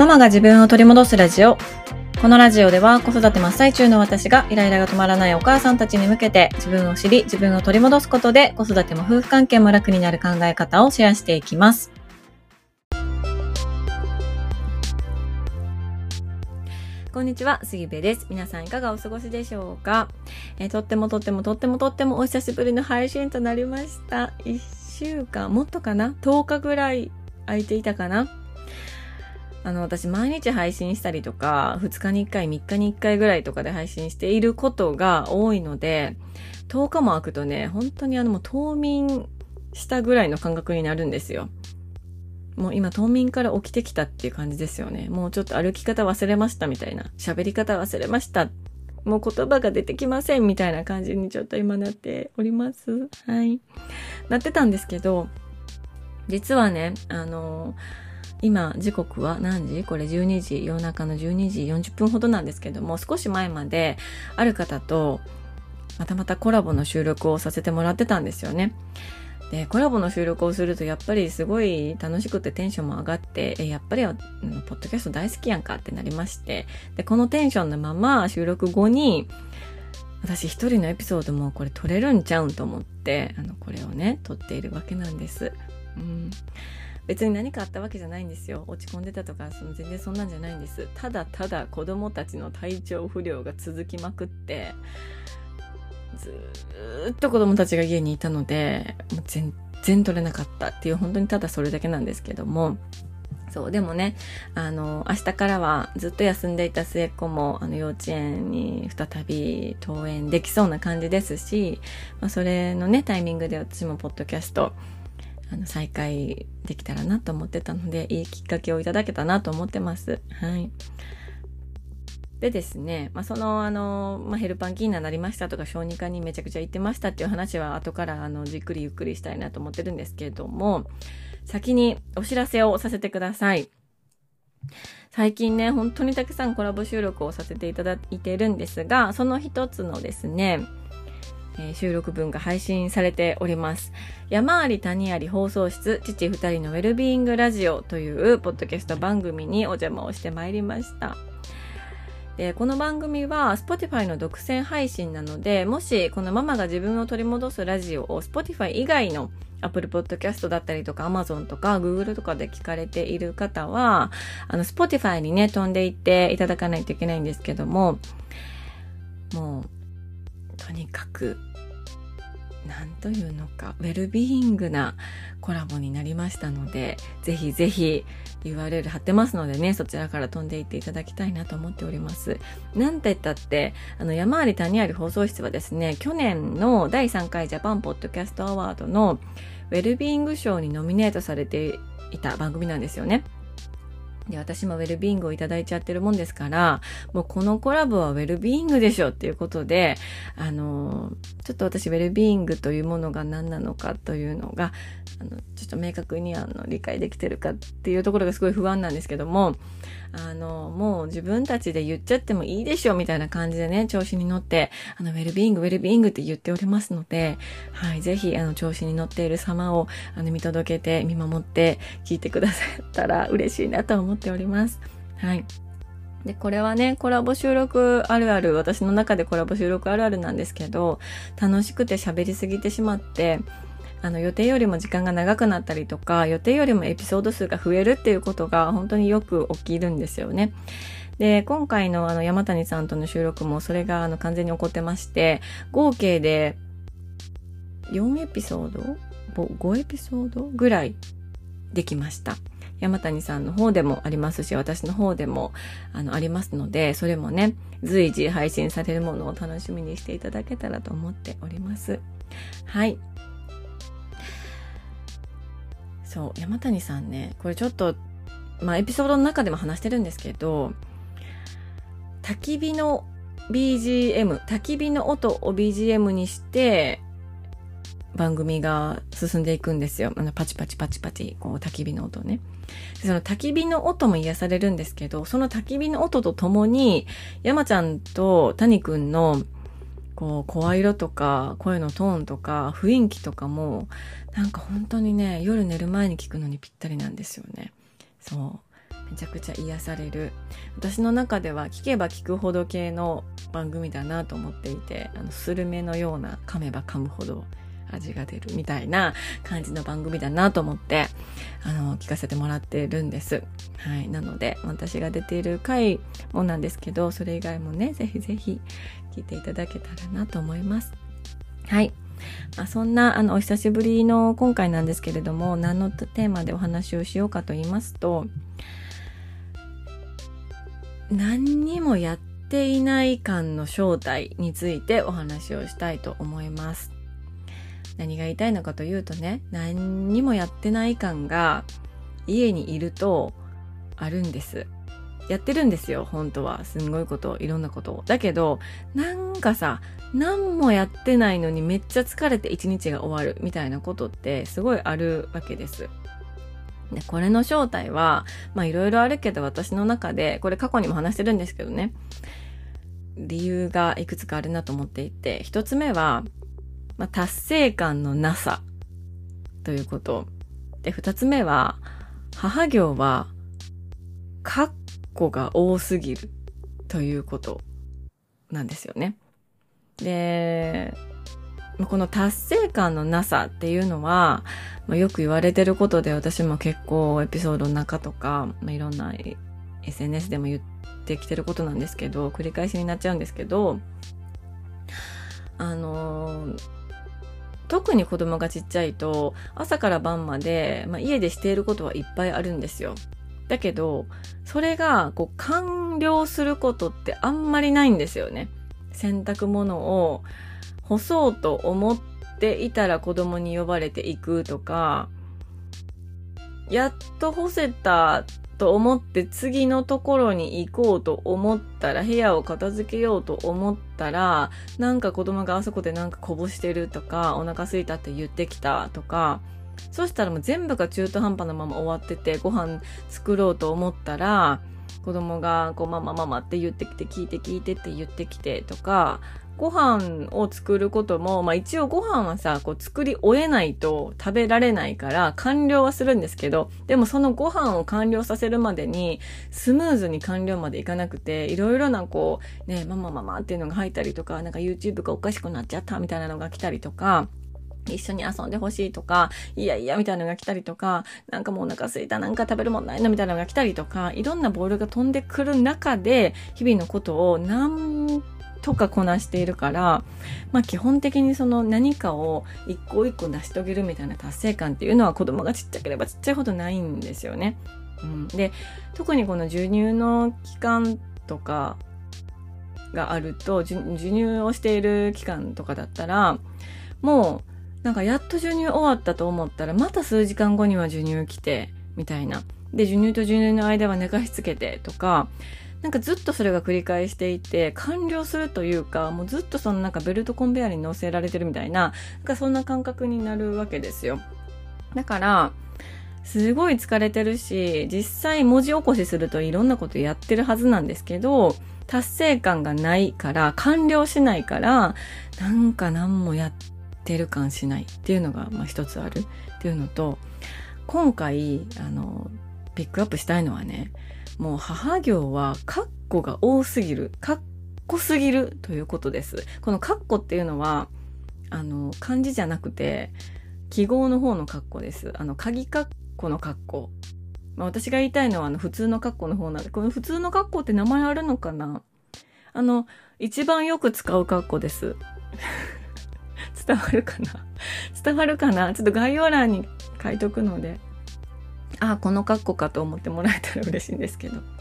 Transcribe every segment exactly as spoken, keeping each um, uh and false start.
ママが自分を取り戻すラジオ。このラジオでは子育て真っ最中の私がイライラが止まらないお母さんたちに向けて自分を知り自分を取り戻すことで子育ても夫婦関係も楽になる考え方をシェアしていきます。こんにちは、杉部です。皆さんいかがお過ごしでしょうか。えー、とってもとってもとってもとってもお久しぶりの配信となりました。いっしゅうかんもっとかなとおかぐらい空いていたかな。あの私毎日配信したりとかふつかにいっかいみっかにいっかいぐらいとかで配信していることが多いので、とおかも空くとね本当にあのもう冬眠したぐらいの感覚になるんですよ。もう今冬眠から起きてきたっていう感じですよね。もうちょっと歩き方忘れましたみたいな、喋り方忘れました、もう言葉が出てきませんみたいな感じにちょっと今なっております。はい、なってたんですけど、実はねあの今時刻は何時？これじゅうにじ、夜中のじゅうにじよんじゅっぷんほどなんですけども、少し前まである方とまたまたコラボの収録をさせてもらってたんですよね。でコラボの収録をするとやっぱりすごい楽しくてテンションも上がって、えやっぱりポッドキャスト大好きやんかってなりまして、でこのテンションのまま収録後に私一人のエピソードもこれ撮れるんちゃうんと思ってあのこれをね撮っているわけなんです。うん、別に何かあったわけじゃないんですよ。落ち込んでたとかその全然そんなんじゃないんです。ただただ子供たちの体調不良が続きまくってずーっと子供たちが家にいたのでもう全然取れなかったっていう、本当にただそれだけなんですけども、そうでもねあの明日からはずっと休んでいた末っ子もあの幼稚園に再び登園できそうな感じですし、まあ、それのねタイミングで私もポッドキャストあの再開できたらなと思ってたので、いいきっかけをいただけたなと思ってます。はい。でですね、まあ、そのあの、まあ、ヘルパンキーナになりましたとか小児科にめちゃくちゃ行ってましたっていう話は後からあのじっくりゆっくりしたいなと思ってるんですけれども、先にお知らせをさせてください。最近ね本当にたくさんコラボ収録をさせていただいているんですが、その一つのですねえー、収録分が配信されております。山あり谷あり放送室父二人のウェルビーイングラジオというポッドキャスト番組にお邪魔をしてまいりました。でこの番組は Spotify の独占配信なので、もしこのママが自分を取り戻すラジオを Spotify 以外の Apple Podcast だったりとか Amazon とか Google とかで聞かれている方はあの Spotify にね飛んでいっていただかないといけないんですけども、もうとにかくなんというのかウェルビーイングなコラボになりましたので、ぜひぜひ ユーアールエル 貼ってますのでね、そちらから飛んでいっていただきたいなと思っております。なんて言ったってあの山あり谷あり放送室はですね、去年のだいさんかいジャパンポッドキャストアワードのウェルビーイング賞にノミネートされていた番組なんですよね。で私もウェルビーイングをいただいちゃってるもんですから、もうこのコラボはウェルビーイングでしょっていうことで、あのちょっと私ウェルビーイングというものが何なのかというのがあのちょっと明確にあの理解できてるかっていうところがすごい不安なんですけども、あのもう自分たちで言っちゃってもいいでしょみたいな感じでね調子に乗ってあのウェルビーイングウェルビーイングって言っておりますので、はい、ぜひあの調子に乗っている様をあの見届けて見守って聞いてくださったら嬉しいなと思っております。はい。でこれはねコラボ収録あるある、私の中でコラボ収録あるあるなんですけど、楽しくて喋りすぎてしまってあの予定よりも時間が長くなったりとか予定よりもエピソード数が増えるっていうことが本当によく起きるんですよね。で今回のあの山谷さんとの収録もそれがあの完全に起こってまして、合計でよんエピソードごエピソードぐらいできました。山谷さんの方でもありますし私の方でもあのありますので、それもね随時配信されるものを楽しみにしていただけたらと思っております。はい。そう山谷さんね、これちょっとまあエピソードの中でも話してるんですけど、焚き火の ビージーエム 焚き火の音を ビージーエム にして番組が進んでいくんですよ。あのパチパチパチパチこう焚き火の音ね。でその焚き火の音も癒されるんですけど、その焚き火の音とともに山ちゃんと谷くんのこう声色とか声のトーンとか雰囲気とかもなんか本当にね夜寝る前に聞くのにぴったりなんですよね。そうめちゃくちゃ癒される、私の中では聞けば聞くほど系の番組だなと思っていて、あのスルメのような噛めば噛むほど味が出るみたいな感じの番組だなと思ってあの聞かせてもらってるんです。はい、なので私が出ている回もなんですけど、それ以外もねぜひぜひ聞いていただけたらなと思います。はい、まあ、そんなあのお久しぶりの今回なんですけれども、何のテーマでお話をしようかと言いますと、何にもやっていない感の正体についてお話をしたいと思います。何が言いたいのかというとね、何にもやってない感が家にいるとあるんです。やってるんですよ、本当は。すんごいこと、いろんなことを。だけど、なんかさ、何もやってないのにめっちゃ疲れて一日が終わるみたいなことってすごいあるわけです。で、これの正体は、まあいろいろあるけど、私の中で、これ過去にも話してるんですけどね、理由がいくつかあるなと思っていて、一つ目は、まあ、達成感のなさということ。で、二つ目は、母行は、カッコが多すぎるということなんですよね。で、この達成感のなさっていうのは、まあ、よく言われてることで、私も結構エピソードの中とか、まあ、いろんな エスエヌエス でも言ってきてることなんですけど、繰り返しになっちゃうんですけど、あのー、特に子供がちっちゃいと朝から晩まで、まあ、家でしていることはいっぱいあるんですよ。だけどそれがこう完了することってあんまりないんですよね。洗濯物を干そうと思っていたら子供に呼ばれていくとか、やっと干せたと思って次のところに行こうと思ったら、部屋を片付けようと思ったら、なんか子供があそこでなんかこぼしてるとか、お腹空いたって言ってきたとか、そしたらもう全部が中途半端なまま終わってて、ご飯作ろうと思ったら子供がこうママママって言ってきて、聞いて聞いてって言ってきてとか、ご飯を作ることも、まあ一応ご飯はさ、こう作り終えないと食べられないから完了はするんですけど、でもそのご飯を完了させるまでにスムーズに完了までいかなくて、いろいろなこう、ね、ママママっていうのが入ったりとか、なんか YouTube がおかしくなっちゃったみたいなのが来たりとか、一緒に遊んでほしいとか、いやいやみたいなのが来たりとか、なんかもうお腹空いた、なんか食べるもんないのみたいなのが来たりとか、いろんなボールが飛んでくる中で、日々のことをなんとかこなしているから、まあ基本的にその何かを一個一個成し遂げるみたいな達成感っていうのは子供がちっちゃければちっちゃいほどないんですよね。うん、で、特にこの授乳の期間とかがあると、授乳をしている期間とかだったら、もうなんかやっと授乳終わったと思ったら、また数時間後には授乳来て、みたいな。で、授乳と授乳の間は寝かしつけてとか、なんかずっとそれが繰り返していて、完了するというか、もうずっとそのなんかベルトコンベヤーに乗せられてるみたいな、なんかそんな感覚になるわけですよ。だから、すごい疲れてるし、実際文字起こしするといろんなことやってるはずなんですけど、達成感がないから、完了しないから、なんか何もやっててる感しないっていうのがまあ一つあるっていうのと、今回あのピックアップしたいのはね、もう母行はカッコが多すぎる、カッコすぎるということです。このカッコっていうのはあの漢字じゃなくて記号の方のカッコです。あの鍵カッコのカッコ、まあ、私が言いたいのはあの普通のカッコの方なんで、この普通のカッコって名前あるのかな、あの一番よく使うカッコです伝わるかな伝わるかな、ちょっと概要欄に書いとくので、あ、このカッコかと思ってもらえたら嬉しいんですけど、はい、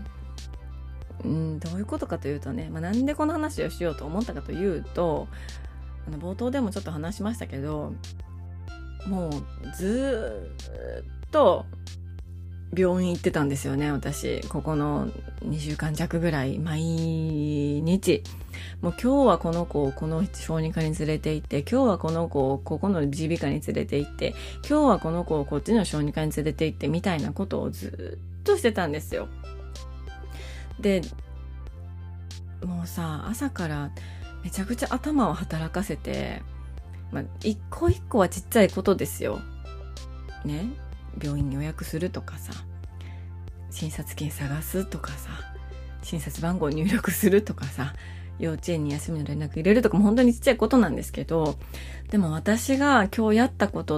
うん、どういうことかというとね、まあ、なんでこの話をしようと思ったかというと、あの冒頭でもちょっと話しましたけど、もうずーっと病院行ってたんですよね、私。ここのにしゅうかん弱ぐらい、毎日。もう今日はこの子をこの小児科に連れて行って、今日はこの子をここの耳鼻科に連れて行って、今日はこの子をこっちの小児科に連れて行ってみたいなことをずっとしてたんですよ。で、もうさ、朝からめちゃくちゃ頭を働かせて、まあ、一個一個はちっちゃいことですよ。ね。病院に予約するとかさ、 診察券探すとかさ、診察番号入力するとかさ、幼稚園に休みの連絡入れるとかも本当にちっちゃいことなんですけど、でも私が今日やったことって、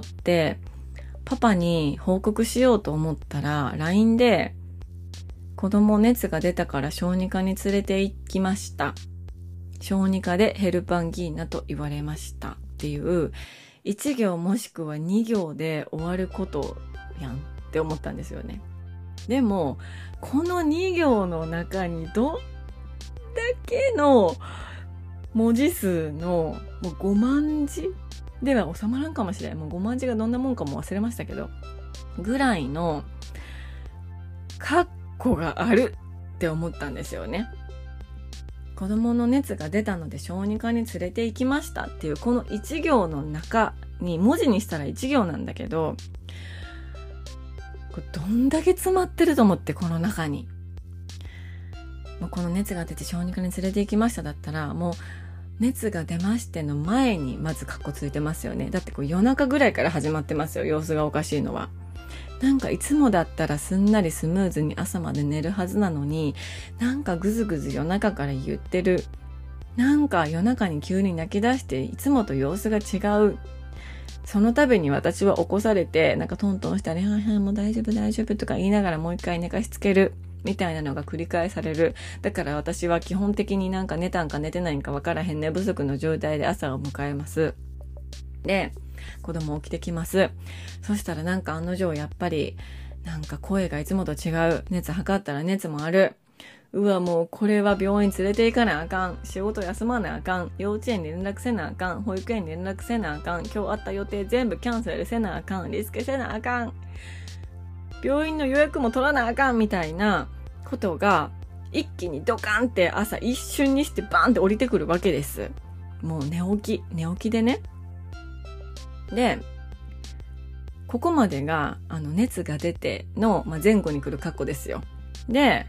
パパに報告しようと思ったら ライン で子供熱が出たから小児科に連れて行きました。小児科でヘルパンギーナと言われましたっていういち行もしくはに行で終わることやんって思ったんですよね。でもこのに行の中にどんだけの文字数のもうごまん字では収まらんかもしれん。もうごまん字がどんなもんかも忘れましたけどぐらいのカッコがあるって思ったんですよね。子供の熱が出たので小児科に連れて行きましたっていうこのいち行の中に文字にしたらいち行なんだけど、これどんだけ詰まってると思って、この中にもうこの熱が出て小児科に連れて行きましただったら、もう熱が出ましての前にまずカッコついてますよね。だってこう夜中ぐらいから始まってますよ、様子がおかしいのは。なんかいつもだったらすんなりスムーズに朝まで寝るはずなのに、なんかぐずぐず夜中から言ってる。なんか夜中に急に泣き出していつもと様子が違う。その度に私は起こされて、なんかトントンしたり、はいはいもう大丈夫大丈夫とか言いながらもう一回寝かしつける。みたいなのが繰り返される。だから私は基本的になんか寝たんか寝てないんか分からへん寝不足の状態で朝を迎えます。で、子供起きてきます。そしたらなんか案の定やっぱりなんか声がいつもと違う。熱測ったら熱もある。うわもうこれは病院連れて行かなあかん。仕事休まなあかん。幼稚園に連絡せなあかん。保育園に連絡せなあかん。今日あった予定全部キャンセルせなあかん。リスケせなあかん。病院の予約も取らなあかんみたいなことが一気にドカンって朝一瞬にしてバーンって降りてくるわけです。もう寝起き寝起きでね。でここまでがあの熱が出ての、まあ、前後に来る格好ですよ。で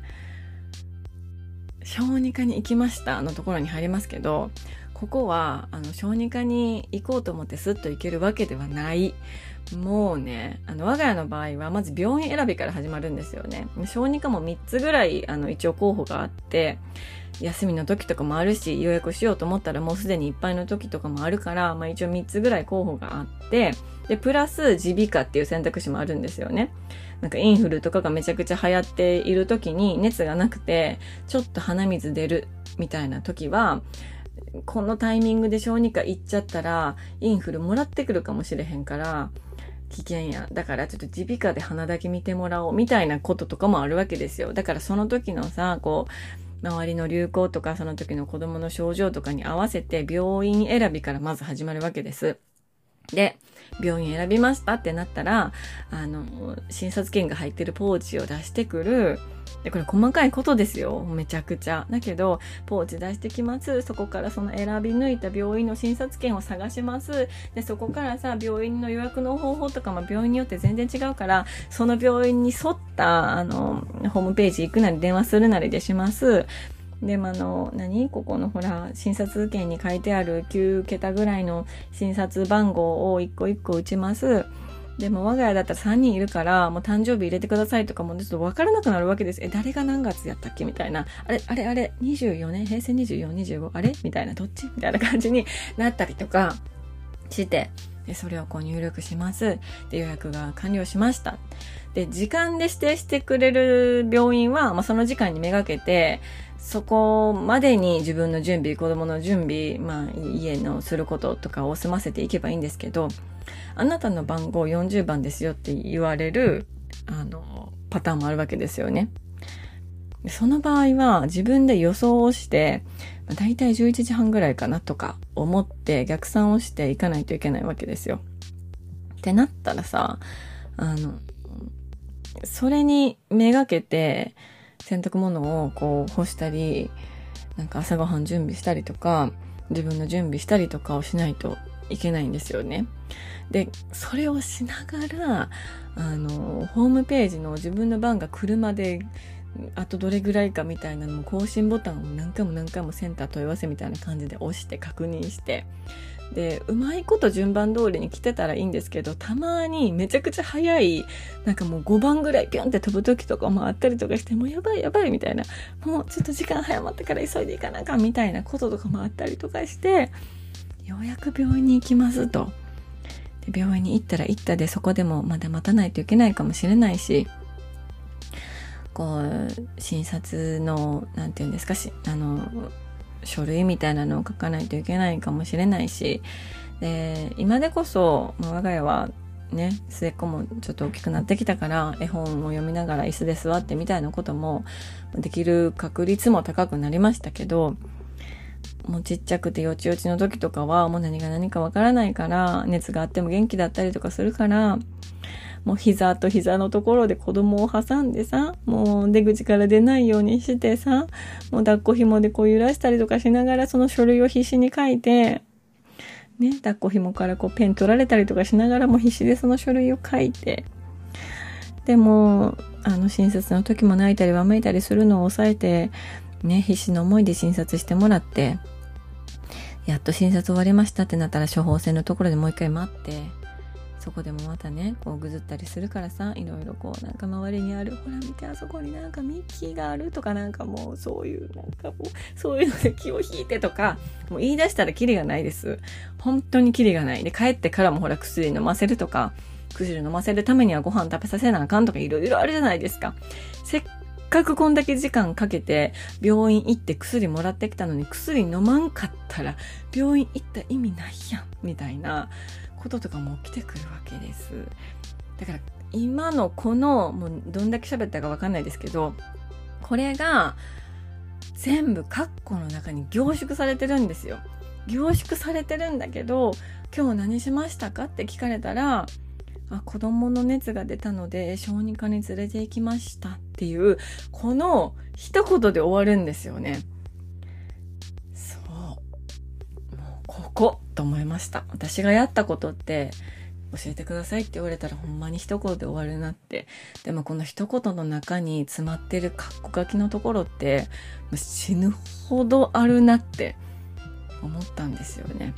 小児科に行きましたのところに入りますけど、ここはあの小児科に行こうと思ってスッと行けるわけではない。もうね、あの我が家の場合はまず病院選びから始まるんですよね。小児科もみっつぐらいあの一応候補があって、休みの時とかもあるし、予約しようと思ったらもうすでにいっぱいの時とかもあるから、まあ一応みっつぐらい候補があって、でプラス耳鼻科っていう選択肢もあるんですよね。なんかインフルとかがめちゃくちゃ流行っている時に熱がなくてちょっと鼻水出るみたいな時は、このタイミングで小児科行っちゃったらインフルもらってくるかもしれへんから危険や。だからちょっと耳鼻科で鼻だけ見てもらおうみたいなこととかもあるわけですよ。だからその時のさ、こう周りの流行とかその時の子供の症状とかに合わせて病院選びからまず始まるわけです。で病院選びましたってなったら、あの診察券が入ってるポーチを出してくる。でこれ細かいことですよ、めちゃくちゃ。だけどポーチ出してきます。そこからその選び抜いた病院の診察券を探します。でそこからさ、病院の予約の方法とかも病院によって全然違うから、その病院に沿ったあのホームページ行くなり電話するなりでします。でもあの何ここのほら診察券に書いてあるきゅうけたぐらいの診察番号を一個一個打ちます。でも我が家だったらさんにんいるからもう誕生日入れてくださいとかもちょっと分からなくなるわけです。え誰が何月やったっけみたいな、あれあれあれにじゅうよねん平成にじゅうよん、にじゅうごあれみたいな、どっちみたいな感じになったりとかして、でそれをこう入力します。で予約が完了しました。で時間で指定してくれる病院は、まあ、その時間にめがけてそこまでに自分の準備、子供の準備、まあ、家のすることとかを済ませていけばいいんですけど、あなたの番号よんじゅうばんですよって言われるあのパターンもあるわけですよね。その場合は自分で予想をしてだいたいじゅういちじはんぐらいかなとか思って逆算をしていかないといけないわけですよ。ってなったらさ、あのそれにめがけて洗濯物をこう干したり、なんか朝ごはん準備したりとか自分の準備したりとかをしないといけないんですよね。でそれをしながらあのホームページの自分の番が来るまであとどれぐらいかみたいなのも更新ボタンを何回も何回もセンター問い合わせみたいな感じで押して確認して、でうまいこと順番通りに来てたらいいんですけど、たまにめちゃくちゃ早いなんかもうごばんぐらいピョンって飛ぶ時とかもあったりとかして、もうやばいやばいみたいな、もうちょっと時間早まってから急いでいかなあかんみたいなこととかもあったりとかして、ようやく病院に行きますと。で病院に行ったら行ったで、そこでもまだ待たないといけないかもしれないし、こう診察のなんていうんですかしあの書類みたいなのを書かないといけないかもしれないし、で今でこそ我が家はね末っ子もちょっと大きくなってきたから絵本を読みながら椅子で座ってみたいなこともできる確率も高くなりましたけど、もうちっちゃくてよちよちの時とかはもう何が何かわからないから、熱があっても元気だったりとかするから、もう膝と膝のところで子供を挟んでさ、もう出口から出ないようにしてさ、もう抱っこ紐でこう揺らしたりとかしながらその書類を必死に書いて、ね、抱っこ紐からこうペン取られたりとかしながらも必死でその書類を書いて、でもあの診察の時も泣いたりわめいたりするのを抑えて、ね、必死の思いで診察してもらって、やっと診察終わりましたってなったら処方箋のところでもう一回待って、そこでもまたねこうぐずったりするからさ、いろいろこうなんか周りにある、ほら見てあそこになんかミッキーがあるとか、なんかもうそういうなんかもうそういうので気を引いてとか、もう言い出したらキリがないです。本当にキリがない。で帰ってからもほら薬飲ませるとか、薬飲ませるためにはご飯食べさせなあかんとか、いろいろあるじゃないですか。せっかくこんだけ時間かけて病院行って薬もらってきたのに、薬飲まんかったら病院行った意味ないやんみたいなこととかも起きてくるわけです。だから今のこのもうどんだけ喋ったかわかんないですけど、これが全部カッコの中に凝縮されてるんですよ。凝縮されてるんだけど、今日何しましたかって聞かれたら、あ、子供の熱が出たので小児科に連れて行きましたっていうこの一言で終わるんですよね。そう、もうここと思いました。私がやったことって教えてくださいって言われたらほんまに一言で終わるなって。でもこの一言の中に詰まってるカッコ書きのところって死ぬほどあるなって思ったんですよね。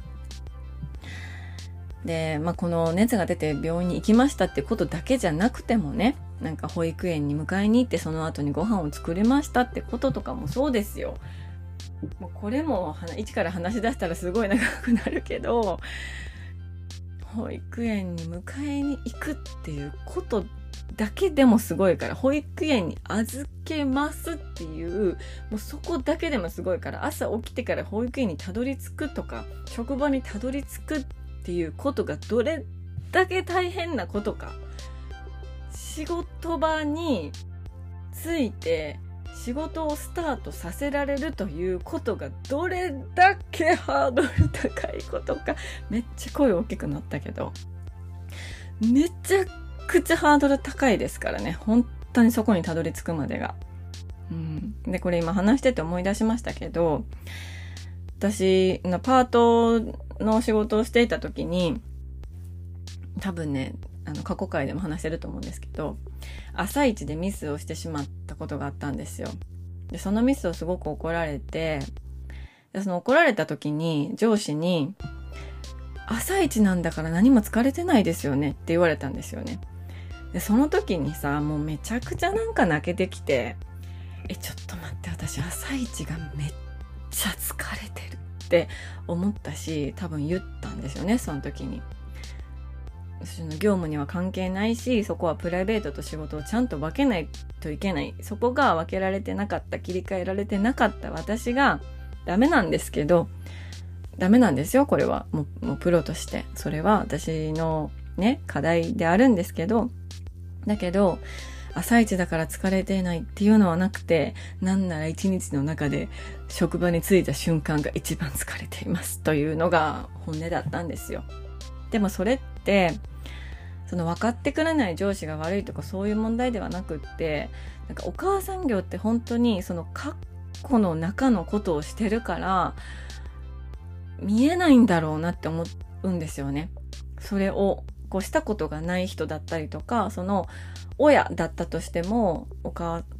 で、まあ、この熱が出て病院に行きましたってことだけじゃなくてもね、なんか保育園に迎えに行ってその後にご飯を作れましたってこととかもそうですよ。もうこれも一から話し出したらすごい長くなるけど、保育園に迎えに行くっていうことだけでもすごいから、保育園に預けますっていうもうそこだけでもすごいから、朝起きてから保育園にたどり着くとか職場にたどり着くっていうことがどれだけ大変なことか、仕事場について仕事をスタートさせられるということがどれだけハードル高いことか。めっちゃ声大きくなったけど、めちゃくちゃハードル高いですからね、本当にそこにたどり着くまでが。うん、でこれ今話してて思い出しましたけど、私のパートの仕事をしていた時に、多分ねあの過去回でも話してると思うんですけど、朝一でミスをしてしまったことがあったんですよ。でそのミスをすごく怒られて、でその怒られた時に上司に、朝一なんだから何も疲れてないですよねって言われたんですよね。でその時にさ、もうめちゃくちゃなんか泣けてきて、えちょっと待って、私朝一がめっちゃ疲れてるって思ったし、多分言ったんですよね、その時に。その業務には関係ないし、そこはプライベートと仕事をちゃんと分けないといけない、そこが分けられてなかった、切り替えられてなかった私がダメなんですけど、ダメなんですよこれはもう、もうプロとしてそれは私のね課題であるんですけど、だけど朝一だから疲れてないっていうのはなくて、なんなら一日の中で職場に着いた瞬間が一番疲れていますというのが本音だったんですよ。でもそれってその分かってくれない上司が悪いとかそういう問題ではなくって、なんかお母さん業って本当にそのカッコの中のことをしてるから見えないんだろうなって思うんですよね。それをこうしたことがない人だったりとか、その親だったとしてもお母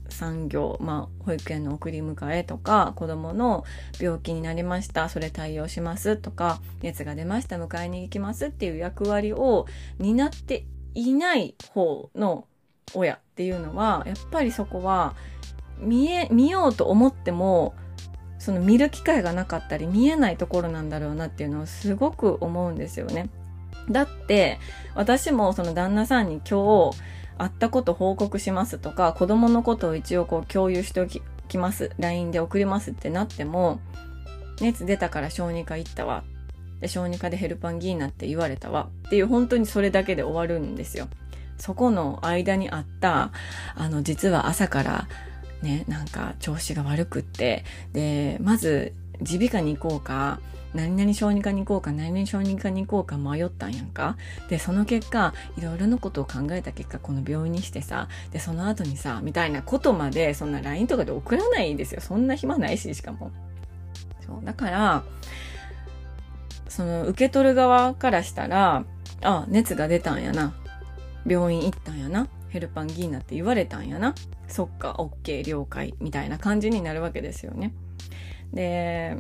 産業、まあ保育園の送り迎えとか、子供の病気になりました、それ対応しますとか、熱が出ました、迎えに行きますっていう役割を担っていない方の親っていうのは、やっぱりそこは見え、見ようと思っても、その見る機会がなかったり見えないところなんだろうなっていうのをすごく思うんですよね。だって私もその旦那さんに今日会ったこと報告しますとか、子供のことを一応こう共有しておきます、 ライン で送りますってなっても、熱出たから小児科行ったわ、で小児科でヘルパンギーナって言われたわっていう、本当にそれだけで終わるんですよ。そこの間にあったあの実は朝からね、なんか調子が悪くって、でまず耳鼻科に行こうか、何々小児科に行こうか、何々小児科に行こうか迷ったんやんか。でその結果いろいろなことを考えた結果、この病院にしてさ、でその後にさみたいなことまでそんな ライン とかで送らないんですよ。そんな暇ないし、しかもそうだから、その受け取る側からしたら、あ、熱が出たんやな、病院行ったんやな、ヘルパンギーナって言われたんやな、そっか OK 了解みたいな感じになるわけですよね。で、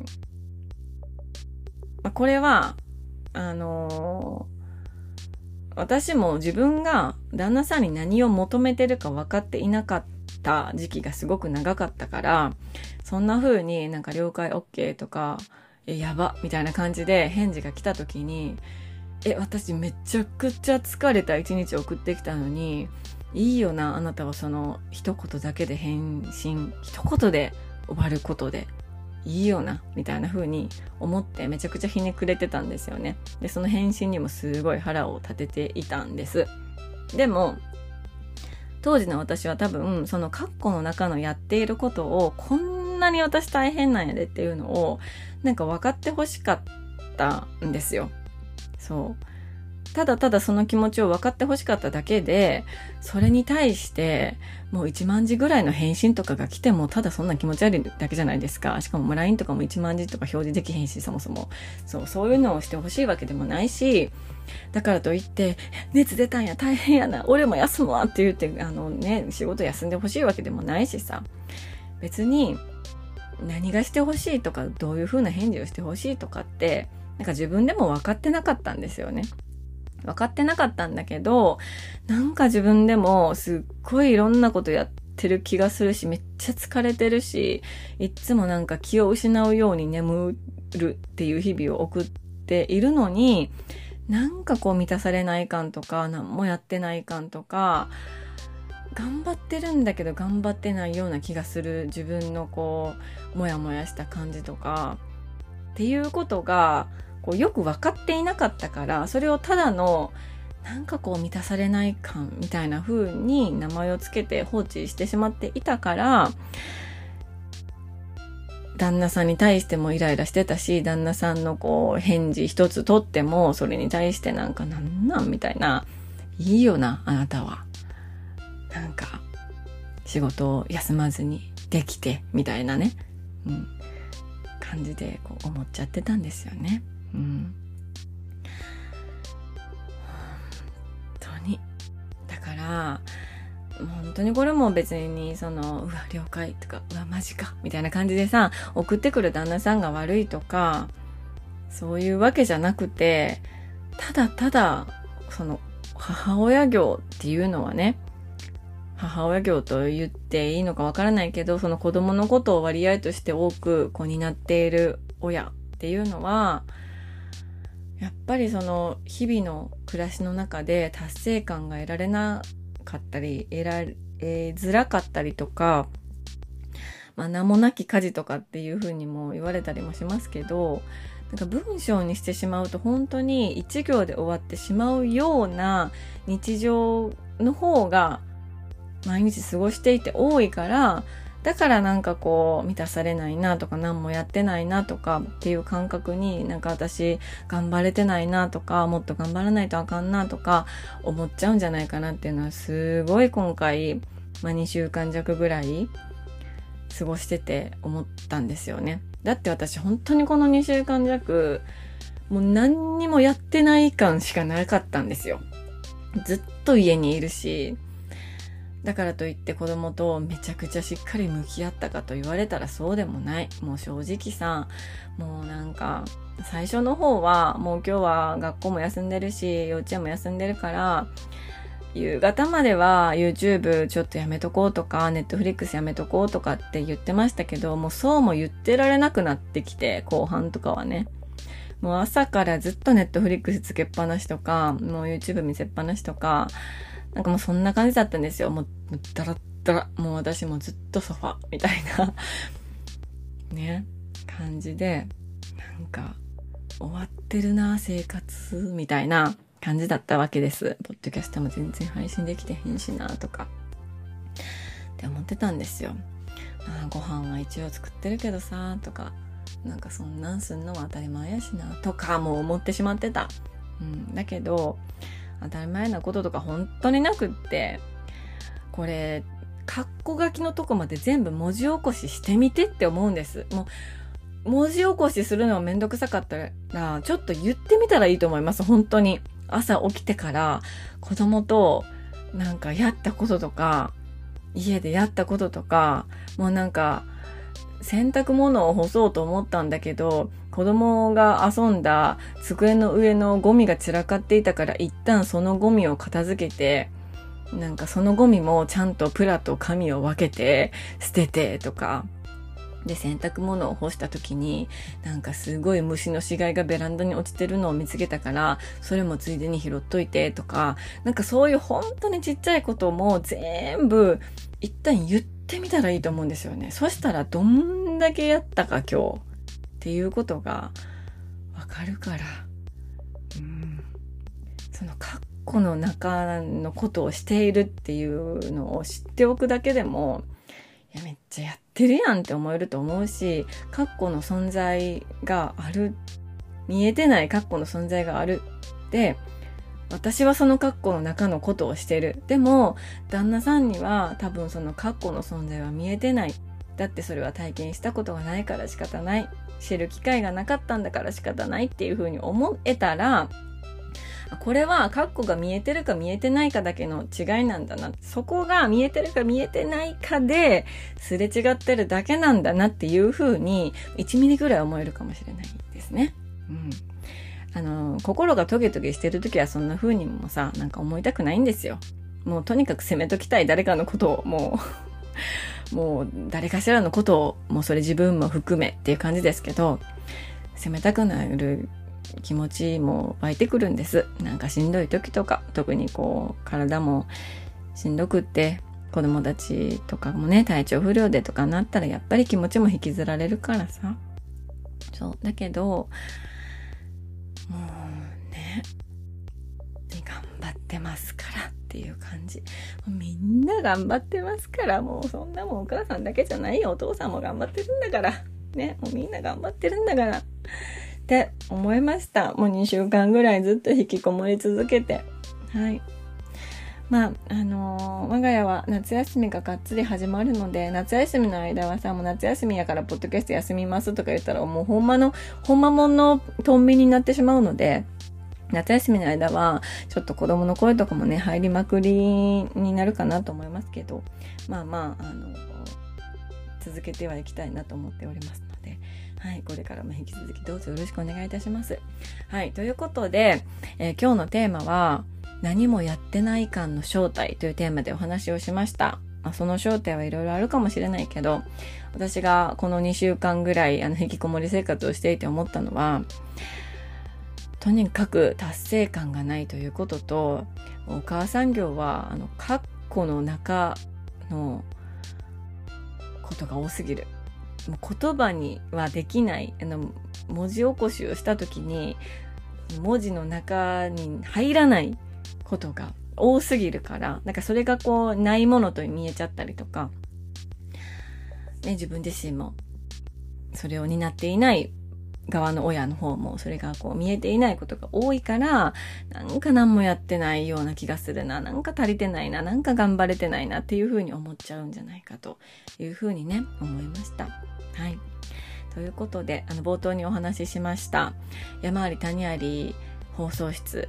まあ、これはあのー、私も自分が旦那さんに何を求めてるか分かっていなかった時期がすごく長かったから、そんな風になんか了解 OK とかえやばみたいな感じで返事が来た時に、え私めちゃくちゃ疲れた一日送ってきたのに、いいよなあなたはその一言だけで返信、一言で終わることでいいよなみたいな風に思ってめちゃくちゃひねくれてたんですよね。でその返信にもすごい腹を立てていたんです。でも当時の私は多分そのカッコの中のやっていることを、こんなに私大変なんやでっていうのをなんか分かってほしかったんですよ。そうただただその気持ちを分かってほしかっただけで、それに対してもういちまんじぐらいの返信とかが来てもただそんな気持ち悪いだけじゃないですか。しかも ライン とかもいちまんじとか表示できへんし、そもそもそうそういうのをしてほしいわけでもないし、だからといって熱出たんや大変やな俺も休むわって言ってあのね仕事休んでほしいわけでもないしさ、別に何がしてほしいとかどういう風な返事をしてほしいとかってなんか自分でも分かってなかったんですよね。分かってなかったんだけど、なんか自分でもすっごいいろんなことやってる気がするし、めっちゃ疲れてるし、いつもなんか気を失うように眠るっていう日々を送っているのに、なんかこう満たされない感とか、何もやってない感とか、頑張ってるんだけど頑張ってないような気がする自分のこうもやもやした感じとかっていうことがこうよく分かっていなかったから、それをただのなんかこう満たされない感みたいな風に名前をつけて放置してしまっていたから、旦那さんに対してもイライラしてたし、旦那さんのこう返事一つ取ってもそれに対してなんかなんなんみたいな、いいよなあなたはなんか仕事を休まずにできてみたいなね、うん、感じでこう思っちゃってたんですよね。うん、本当にだから本当にこれも別にそのうわ了解とかうわマジかみたいな感じでさ送ってくる旦那さんが悪いとかそういうわけじゃなくて、ただただその母親業っていうのはね、母親業と言っていいのかわからないけど、その子供のことを割合として多くこう担っている親っていうのはやっぱりその日々の暮らしの中で達成感が得られなかったり得られづらかったりとか、まあ名もなき家事とかっていう風にも言われたりもしますけど、なんか文章にしてしまうと本当に一行で終わってしまうような日常の方が毎日過ごしていて多いから、だからなんかこう満たされないなとか何もやってないなとかっていう感覚になんか私頑張れてないなとかもっと頑張らないとあかんなとか思っちゃうんじゃないかなっていうのはすごい今回、まあ、にしゅうかん弱ぐらい過ごしてて思ったんですよね。だって私本当にこのにしゅうかん弱もう何にもやってない感しかなかったんですよ。ずっと家にいるし、 だからといって子供とめちゃくちゃしっかり向き合ったかと言われたらそうでもない。もう正直さ、もうなんか最初の方はもう今日は学校も休んでるし幼稚園も休んでるから夕方までは YouTube ちょっとやめとこうとか Netflix やめとこうとかって言ってましたけど、もうそうも言ってられなくなってきて、後半とかはね、もう朝からずっと Netflix つけっぱなしとか、もう YouTube 見せっぱなしとか、なんかもうそんな感じだったんですよ。もうダラッダラ、もう私もずっとソファみたいなね感じで、なんか終わってるな生活みたいな感じだったわけです。ポッドキャストも全然配信できてへんしなとかって思ってたんですよ。あ、ご飯は一応作ってるけどさとか、なんかそんなんすんのは当たり前やしなとかも思ってしまってた。うん、だけど当たり前なこととか本当になくって、これカッコ書きのとこまで全部文字起こししてみてって思うんです。もう文字起こしするのはめんどくさかったらちょっと言ってみたらいいと思います。本当に朝起きてから子供となんかやったこととか家でやったこととか、もうなんか洗濯物を干そうと思ったんだけど子供が遊んだ机の上のゴミが散らかっていたから一旦そのゴミを片付けて、なんかそのゴミもちゃんとプラと紙を分けて捨ててとかで、洗濯物を干した時になんかすごい虫の死骸がベランダに落ちてるのを見つけたからそれもついでに拾っといてとか、なんかそういう本当にちっちゃいことも全部一旦言ってみたらいいと思うんですよね。そしたらどんだけやったか今日っていうことがわかるから、うん、そのカッコの中のことをしているっていうのを知っておくだけでも、いやめっちゃやってるやんって思えると思うし、カッコの存在がある、見えてないカッコの存在があるで、私はそのカッコの中のことをしてる。でも旦那さんには多分そのカッコの存在は見えてない。だってそれは体験したことがないから仕方ない。知る機会がなかったんだから仕方ないっていう風に思えたら、これはカッコが見えてるか見えてないかだけの違いなんだな。そこが見えてるか見えてないかですれ違ってるだけなんだなっていう風にいちミリぐらい思えるかもしれないですね。うん。あの、心がトゲトゲしてるときはそんな風にもさ、なんか思いたくないんですよ。もうとにかく責めときたい誰かのことを、もう、もう誰かしらのことを、もうそれ自分も含めっていう感じですけど、責めたくなる気持ちも湧いてくるんです。なんかしんどい時とか、特にこう、体もしんどくって、子供たちとかもね、体調不良でとかなったらやっぱり気持ちも引きずられるからさ。そう。だけど、もうね、頑張ってますからっていう感じ。みんな頑張ってますから、もうそんなもんお母さんだけじゃないよ。お父さんも頑張ってるんだから。ね、もうみんな頑張ってるんだから。って思いました。もうにしゅうかんぐらいずっと引きこもり続けて。はい。まあ、あのー、我が家は夏休みががっつり始まるので、夏休みの間はさ、もう夏休みやからポッドキャスト休みますとか言ったら、もうほんまの、ほんまもんのトンビになってしまうので、夏休みの間は、ちょっと子供の声とかもね、入りまくりになるかなと思いますけど、まあまあ、あの、続けてはいきたいなと思っておりますので、はい、これからも引き続きどうぞよろしくお願いいたします。はい、ということで、えー、今日のテーマは、何もやってない感の正体というテーマでお話をしました。まあ、その正体はいろいろあるかもしれないけど、私がこのにしゅうかんぐらいあの引きこもり生活をしていて思ったのは、とにかく達成感がないということと、お母さん業はあのカッコの中のことが多すぎる。もう言葉にはできないあの文字起こしをした時に文字の中に入らないことが多すぎるから、なんかそれがこうないものと見えちゃったりとか、ね、自分自身もそれを担っていない側の親の方もそれがこう見えていないことが多いから、なんか何もやってないような気がするな、なんか足りてないな、なんか頑張れてないなっていうふうに思っちゃうんじゃないかというふうにね思いました。はい。ということで、あの冒頭にお話ししました山あり谷あり放送室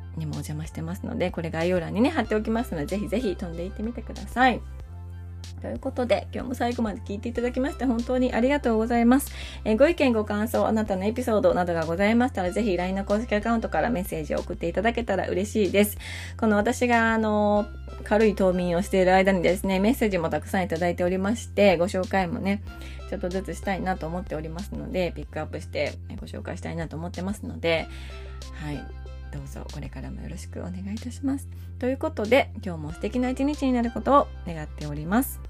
にもお邪魔してますので、これ概要欄にね貼っておきますので、ぜひぜひ飛んでいってみてください。ということで、今日も最後まで聞いていただきまして本当にありがとうございます。えー、ご意見ご感想、あなたのエピソードなどがございましたら、ぜひ ライン の公式アカウントからメッセージを送っていただけたら嬉しいです。この私があの軽い冬眠をしている間にですね、メッセージもたくさんいただいておりまして、ご紹介もねちょっとずつしたいなと思っておりますので、ピックアップしてご紹介したいなと思ってますので、はい、どうぞこれからもよろしくお願いいたします。ということで、今日も素敵な一日になることを願っております。